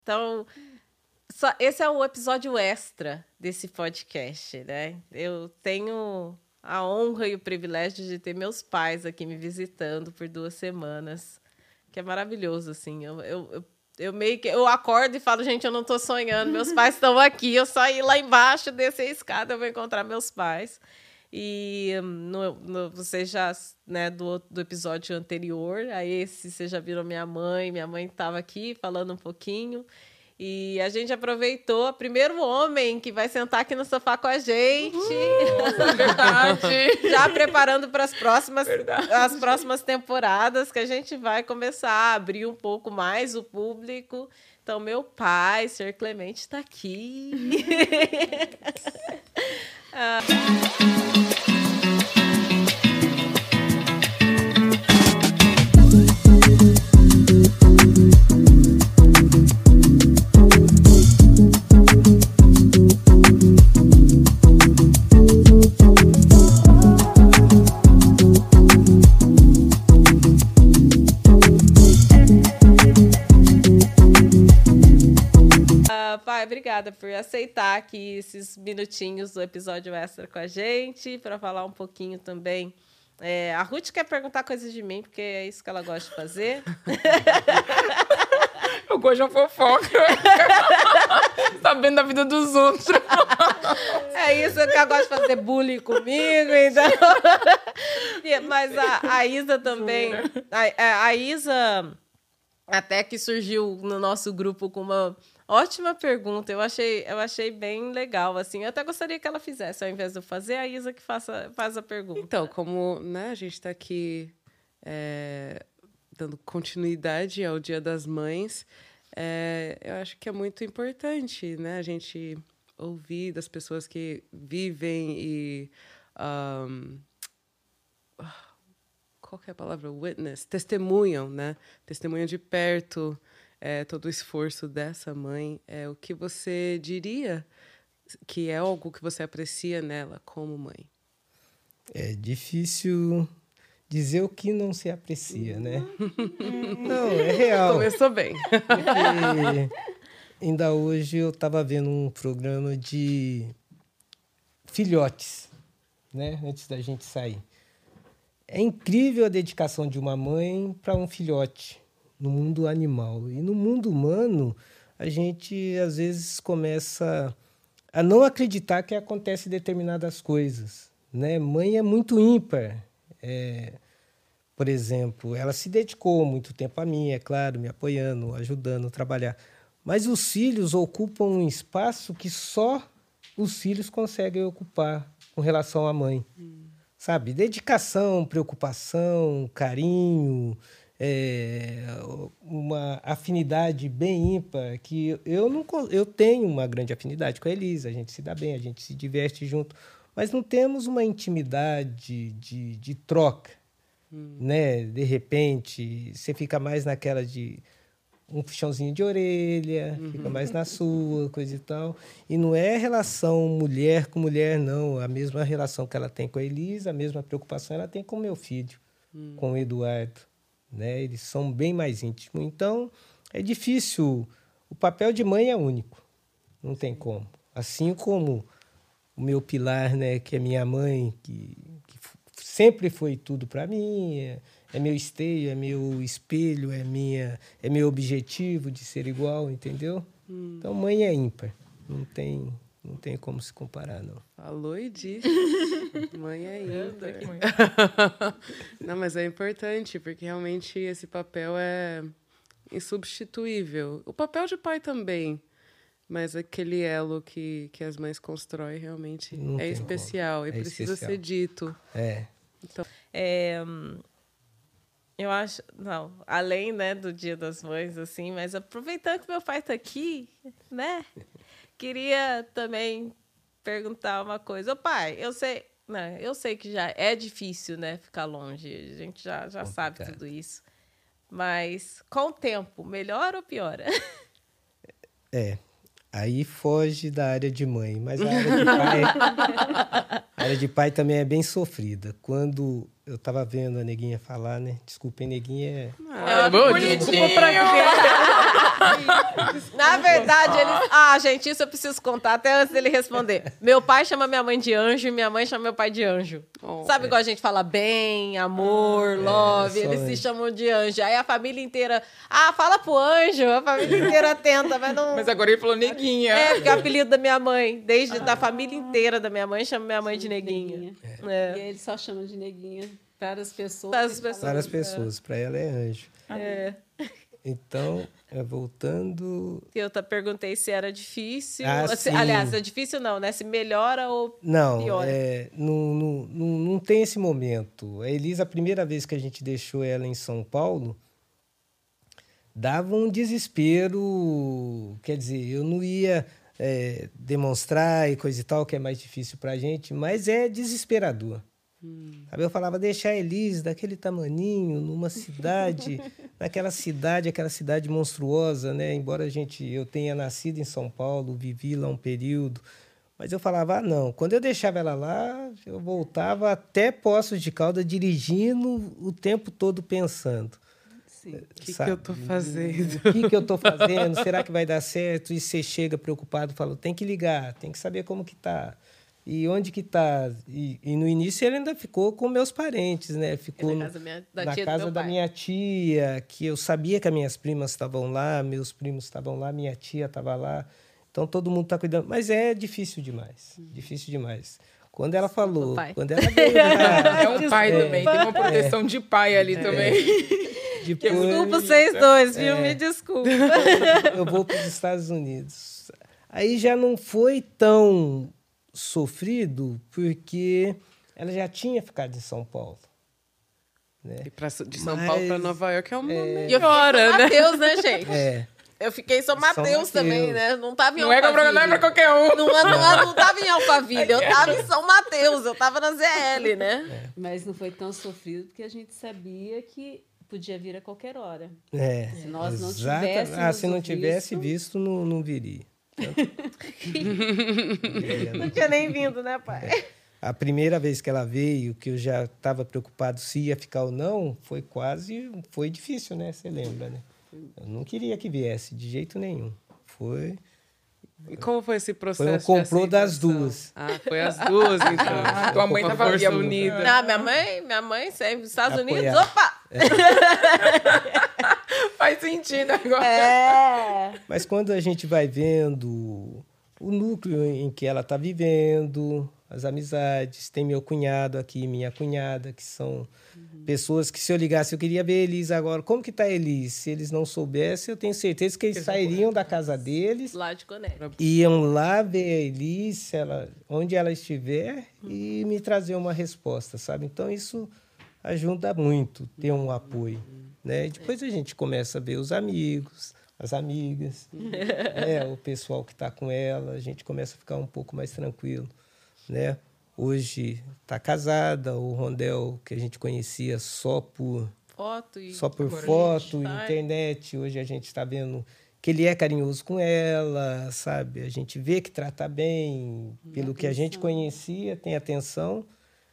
Então, esse é o episódio extra desse podcast, né? Eu tenho a honra e o privilégio de ter meus pais aqui me visitando por 2 semanas, que é maravilhoso, assim. Eu meio que eu acordo e falo, gente, eu não tô sonhando, meus pais estão aqui, eu só ir lá embaixo, descer a escada, eu vou encontrar meus pais. E vocês já, né, do episódio anterior, a esse, vocês já viram minha mãe estava aqui falando um pouquinho. E a gente aproveitou o primeiro homem que vai sentar aqui no sofá com a gente. Verdade. Já preparando para as próximas temporadas, que a gente vai começar a abrir um pouco mais o público. Então, meu pai, Sr. Clemente, está aqui. Pai, obrigada por aceitar aqui esses minutinhos do episódio extra com a gente, para falar um pouquinho também. A Ruth quer perguntar coisas de mim, porque é isso que ela gosta de fazer. Eu gosto de uma fofoca. Sabendo da vida dos outros. É isso que ela gosta de fazer, bullying comigo. Então... Mas a Isa também... A Isa, até que surgiu no nosso grupo com uma ótima pergunta. Eu achei bem legal, assim. Eu até gostaria que ela fizesse, ao invés de eu fazer, a Isa que faz a pergunta. Então, como, né, a gente está aqui dando continuidade ao Dia das Mães, eu acho que é muito importante, né, a gente ouvir das pessoas que vivem e... qual que é a palavra? Witness. Testemunham, né? Testemunham de perto todo o esforço dessa mãe. O que você diria que é algo que você aprecia nela como mãe? É difícil dizer o que não se aprecia, né? Não, é real. Começou bem. Porque ainda hoje eu estava vendo um programa de filhotes, né? Antes da gente sair. É incrível a dedicação de uma mãe para um filhote no mundo animal. E no mundo humano, a gente, às vezes, começa a não acreditar que acontecem determinadas coisas, né? Mãe é muito ímpar. Por exemplo, ela se dedicou muito tempo a mim, é claro, me apoiando, ajudando a trabalhar. Mas os filhos ocupam um espaço que só os filhos conseguem ocupar com relação à mãe. Sabe? Dedicação, preocupação, carinho, uma afinidade bem ímpar, que eu tenho uma grande afinidade com a Elisa, a gente se dá bem, a gente se diverte junto, mas não temos uma intimidade de troca, né? De repente, você fica mais naquela de um puxãozinho de orelha, fica mais na sua, coisa e tal. E não é relação mulher com mulher, não. A mesma relação que ela tem com a Elisa, a mesma preocupação ela tem com o meu filho, com o Eduardo, né? Eles são bem mais íntimos. Então, é difícil. O papel de mãe é único. Não tem como. Assim como o meu pilar, né, que é minha mãe, que sempre foi tudo para mim, é meu esteio, é meu espelho, é meu objetivo de ser igual, entendeu? Então, mãe é ímpar. Não tem como se comparar, não. Falou e disse. Mãe é ímpar. Não, mas é importante, porque realmente esse papel é insubstituível. O papel de pai também, mas aquele elo que as mães constroem realmente é especial e precisa ser dito. Então, eu acho, não, além, né, do Dia das Mães, assim, mas aproveitando que meu pai está aqui, né, queria também perguntar uma coisa. Ô, pai, eu sei que já é difícil, né, ficar longe, a gente já sabe tudo isso, mas com o tempo, melhora ou piora? Aí foge da área de mãe, mas a área de pai também é bem sofrida. Quando eu estava vendo a Neguinha falar, né? Desculpem, Neguinha Bonitinho. Na verdade, ele... gente, isso eu preciso contar até antes dele responder. Meu pai chama minha mãe de anjo e minha mãe chama meu pai de anjo. Sabe igual a gente fala bem, amor, love, eles se chamam de anjo. Aí a família inteira... fala pro anjo, a família inteira tenta, mas não... Mas agora ele falou neguinha. Porque é o apelido da minha mãe. Desde da família inteira da minha mãe, chama minha mãe de neguinha. E ele só chama de neguinha para as pessoas. Para as pessoas, para ela é anjo. Então, voltando... Eu perguntei se era difícil. Sim. Aliás, é difícil não, né? Se melhora ou piora. Não tem esse momento. A Elisa, a primeira vez que a gente deixou ela em São Paulo, dava um desespero. Quer dizer, eu não ia demonstrar e coisa e tal, que é mais difícil para a gente, mas é desesperador. Sabe, eu falava, deixar a Elise daquele tamaninho, numa cidade, aquela cidade monstruosa, né? Embora eu tenha nascido em São Paulo, vivi lá um período, mas eu falava, não. Quando eu deixava ela lá, eu voltava até Poços de Caldas, dirigindo o tempo todo pensando. O que eu tô fazendo? O que eu tô fazendo? Será que vai dar certo? E você chega preocupado, fala, tem que ligar, tem que saber como que tá. E onde que tá? E no início ele ainda ficou com meus parentes, né? Ficou na casa da minha tia, que eu sabia que as minhas primas estavam lá, meus primos estavam lá, minha tia estava lá. Então todo mundo está cuidando. Mas é difícil demais. Difícil demais. Quando ela falou, quando ela veio, é um pai também, tem uma proteção de pai ali também. Depois, desculpa vocês dois, viu? Me desculpa. Eu vou para os Estados Unidos. Aí já não foi tão sofrido, porque ela já tinha ficado em São Paulo. Né? E de São Paulo para Nova York é uma hora, né? Mateus, né, gente? Eu fiquei em São Mateus Mateus também, né? Não tava em Alphaville. Não é pra qualquer um. Não tava em Alphaville, eu tava em São Mateus, eu tava na ZL, né? Mas não foi tão sofrido, porque a gente sabia que podia vir a qualquer hora. Se nós não tivéssemos se não tivesse visto, não viria. Não tinha nem vindo, né, pai? A primeira vez que ela veio, que eu já estava preocupado se ia ficar ou não, foi difícil, né? Você lembra, né? Eu não queria que viesse, de jeito nenhum. E como foi esse processo? Foi um complô das duas. Foi as duas, então. Tua mãe estava unida. Não, minha mãe sempre nos Estados Unidos. Opa! Faz sentido agora. Mas quando a gente vai vendo o núcleo em que ela está vivendo, as amizades, tem meu cunhado aqui, minha cunhada, que são pessoas que, se eu ligasse, eu queria ver a Elise agora. Como que está a Elise? Se eles não soubessem, eu tenho certeza que eles sairiam da casa deles, lá de Conecta, iam lá ver a Elise, onde ela estiver, e me trazer uma resposta, sabe? Então, isso ajuda muito, ter um apoio. Né? E depois a gente começa a ver os amigos, as amigas, o pessoal que está com ela, a gente começa a ficar um pouco mais tranquilo. Né? Hoje está casada, o Rondel, que a gente conhecia só por foto, internet. Hoje a gente está vendo que ele é carinhoso com ela, sabe? A gente vê que trata bem, pelo que a gente conhecia, tem atenção.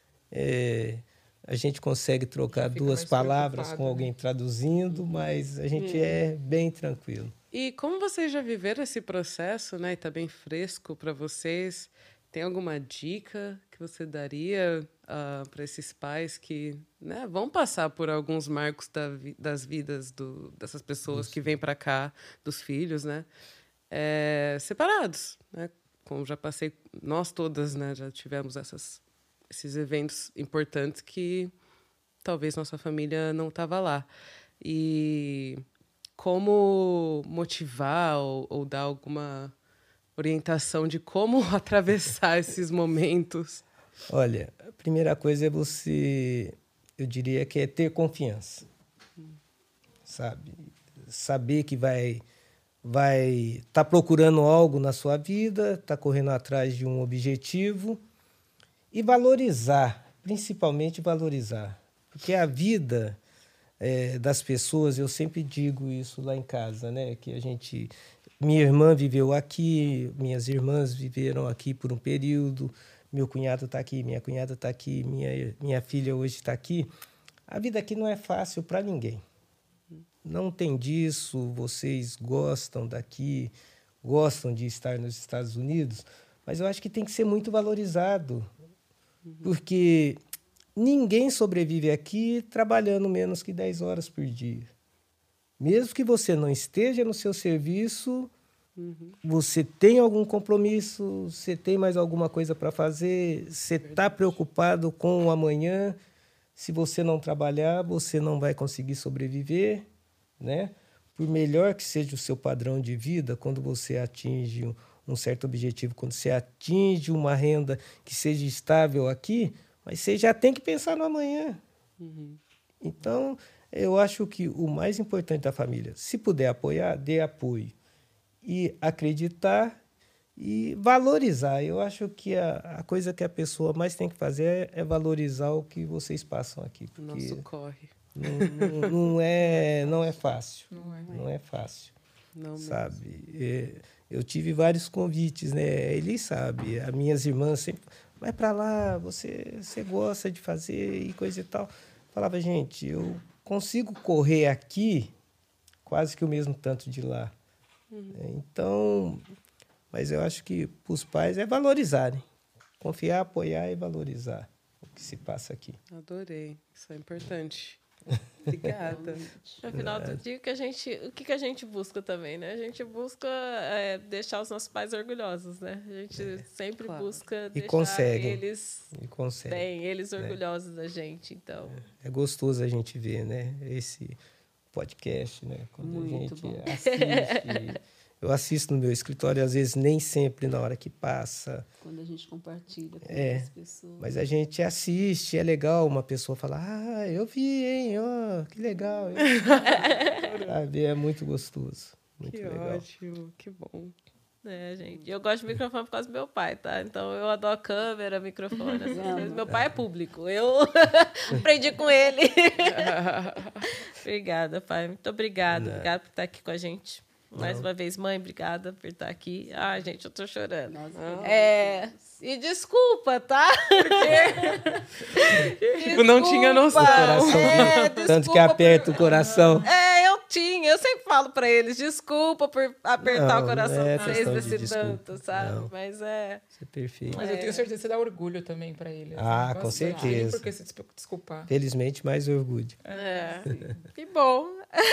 A gente consegue trocar duas palavras com alguém traduzindo, mas a gente é bem tranquilo. E como vocês já viveram esse processo, né? E está bem fresco para vocês, tem alguma dica que você daria para esses pais que, né, vão passar por alguns marcos das vidas dessas pessoas que vêm para cá, dos filhos, né? Separados, né? Como já passei, nós todas, né, já tivemos esses eventos importantes que talvez nossa família não estava lá. E como motivar ou dar alguma orientação de como atravessar esses momentos? Olha, a primeira coisa é eu diria que é ter confiança, sabe? Saber que vai estar procurando algo na sua vida, está correndo atrás de um objetivo e valorizar, principalmente valorizar. Porque a vida das pessoas, eu sempre digo isso lá em casa, né? Que minha irmã viveu aqui, minhas irmãs viveram aqui por um período, meu cunhado está aqui, minha cunhada está aqui, minha filha hoje está aqui. A vida aqui não é fácil para ninguém. não tem disso, vocês gostam daqui, gostam de estar nos Estados Unidos, mas eu acho que tem que ser muito valorizado, porque ninguém sobrevive aqui trabalhando menos que 10 horas por dia. Mesmo que você não esteja no seu serviço, você tem algum compromisso, você tem mais alguma coisa para fazer, você está preocupado com o amanhã. Se você não trabalhar, você não vai conseguir sobreviver, né? Por melhor que seja o seu padrão de vida, quando você atinge um certo objetivo, quando você atinge uma renda que seja estável aqui, mas você já tem que pensar no amanhã. Então, eu acho que o mais importante da família, se puder apoiar, dê apoio. E acreditar e valorizar. Eu acho que a coisa que a pessoa mais tem que fazer é valorizar o que vocês passam aqui. O nosso corre. Não é fácil. Não é fácil. Não sabe? Eu tive vários convites, né? Ele sabe. As minhas irmãs sempre... Vai para lá, você gosta de fazer e coisa e tal. Falava, gente, eu consigo correr aqui quase que o mesmo tanto de lá. Então, mas eu acho que para os pais é valorizarem. Confiar, apoiar e valorizar o que se passa aqui. Adorei. Isso é importante. Obrigada. No final do dia, o que a gente busca também, né? A gente busca deixar os nossos pais orgulhosos, né? A gente sempre busca deixar eles bem, eles orgulhosos da gente, então. É gostoso a gente ver, né? Esse podcast, né? Quando Muito a gente bom. assiste. Eu assisto no meu escritório, às vezes nem sempre na hora que passa. Quando a gente compartilha com outras pessoas. Mas a gente assiste, é legal uma pessoa falar, eu vi, hein, que legal. Sabe? É muito gostoso. Muito que legal. Ótimo, que bom. Gente, eu gosto de microfone por causa do meu pai, tá? Então eu adoro câmera, microfone, essas coisas. Meu pai é público, eu aprendi com ele. Obrigada, pai. Muito obrigada. Obrigada por estar aqui com a gente. Mais uma vez, mãe, obrigada por estar aqui. Ai, gente, eu tô chorando. E desculpa, tá? Tipo, não tinha noção. Tanto que aperta o coração. Eu sempre falo pra eles, desculpa por apertar o coração de vocês desse desculpa. tanto, sabe? Não. Mas Isso é perfeito. Mas eu tenho certeza que você dá orgulho também pra ele. Com Bastante. certeza. Porque se desculpar. Felizmente, mais orgulho. Que bom.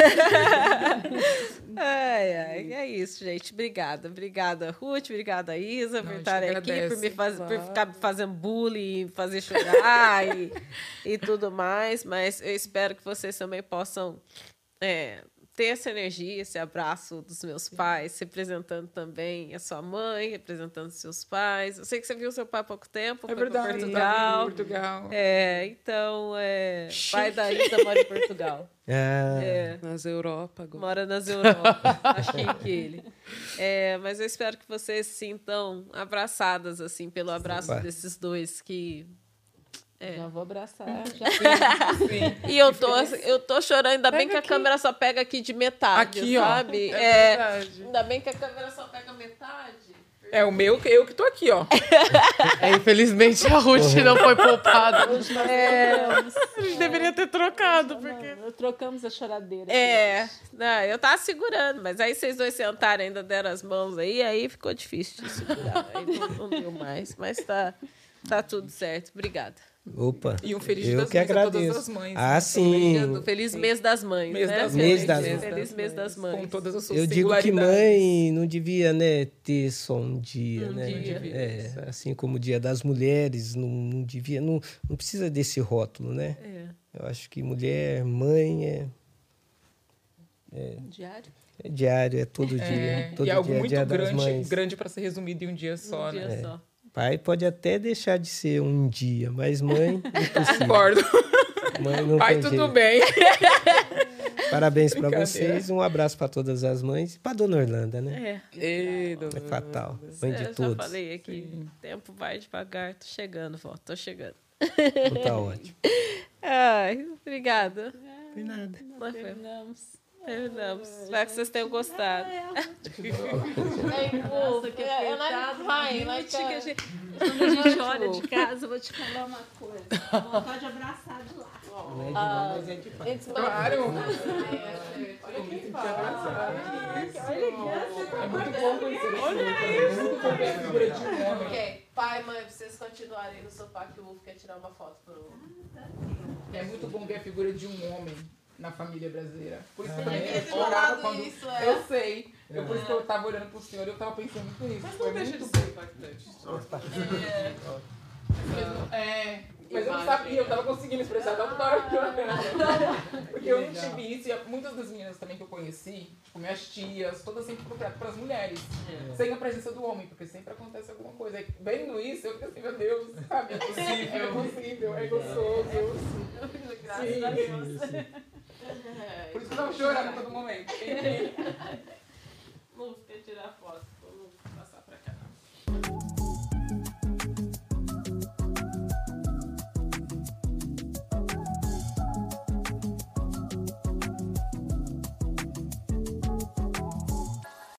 É isso, gente. Obrigada, Ruth. Obrigada, Isa, por estarem aqui, por ficar fazendo bullying, fazer chorar e tudo mais. Mas eu espero que vocês também possam ter essa energia, esse abraço dos meus pais, representando também a sua mãe, representando seus pais. Eu sei que você viu seu pai há pouco tempo, foi verdade, para Portugal. Então, pai da Isa mora em Portugal. Nas Europa agora. Mora nas Europa. Chique ele. Mas eu espero que vocês se sintam abraçadas, assim, pelo abraço desses dois que... Já vou abraçar. Sim. E eu tô chorando, ainda bem que a câmera só pega aqui de metade, aqui, sabe? Ó, é verdade. Ainda bem que a câmera só pega metade. O meu, eu que tô aqui, ó. Infelizmente a Ruth não foi poupada. A gente deveria ter trocado, porque... Trocamos a choradeira. Não, eu tava segurando, mas aí vocês dois sentaram, ainda deram as mãos aí ficou difícil de segurar. Aí não deu mais, mas tá tudo certo. Obrigada. Opa, E um feliz eu das que mães agradeço. a todas as mães. Sim. Feliz mês das mães, Mês né? das mães. Feliz mês das mães. Com todas as suas Eu digo que singularidades. mãe não devia, né, ter só um dia, né? dia. Assim como o Dia das Mulheres, não devia, não precisa desse rótulo, né? Eu acho que mulher, mãe Diário? é diário, é todo dia. Todo e algo dia é muito Dia das Mães. grande para ser resumido em um dia só, Um dia né? só. Pai pode até deixar de ser um dia, mas mãe, impossível. Concordo. Mãe não Pai, tem tudo jeito. bem. Parabéns para Brincadeira. vocês, um abraço para todas as mães e para dona Orlanda, né? Ei, É fatal, mãe de Eu já todos. falei aqui, o tempo vai devagar. Tô chegando, vó, tô chegando. Então tá ótimo. Ai, obrigada. Não é nada. Terminamos. Espero que vocês tenham gostado. Nossa, que apertado. Quando a gente olha de casa, eu vou te falar uma coisa. Dá vontade de abraçar de lá. Não é de mãe, mas é de pai. Claro! Olha quem fala. É muito bom conhecer esse outro. É muito bom ver a figura de um homem. Ok, pai, mãe, pra vocês continuarem no sofá que o Wolf quer tirar uma foto pro... É muito bom ver a figura de um homem na família brasileira. Por isso que eu Podia ter também orava falado quando... isso, é. Eu sei. Por isso que eu tava olhando pro senhor e eu tava pensando muito nisso. Mas Foi não deixa muito de ser impactante. Mas eu não sabia, eu tava conseguindo expressar tanto da hora que eu olhando. Porque eu não tive isso, e muitas das meninas também que eu conheci, tipo, minhas tias, todas sempre procuradas para as mulheres, sem a presença do homem, porque sempre acontece alguma coisa. Aí, vendo isso, eu fiquei assim, meu Deus, sabe? É possível, é gostoso. Graças a Deus. Por isso que eu tava chorando a todo momento.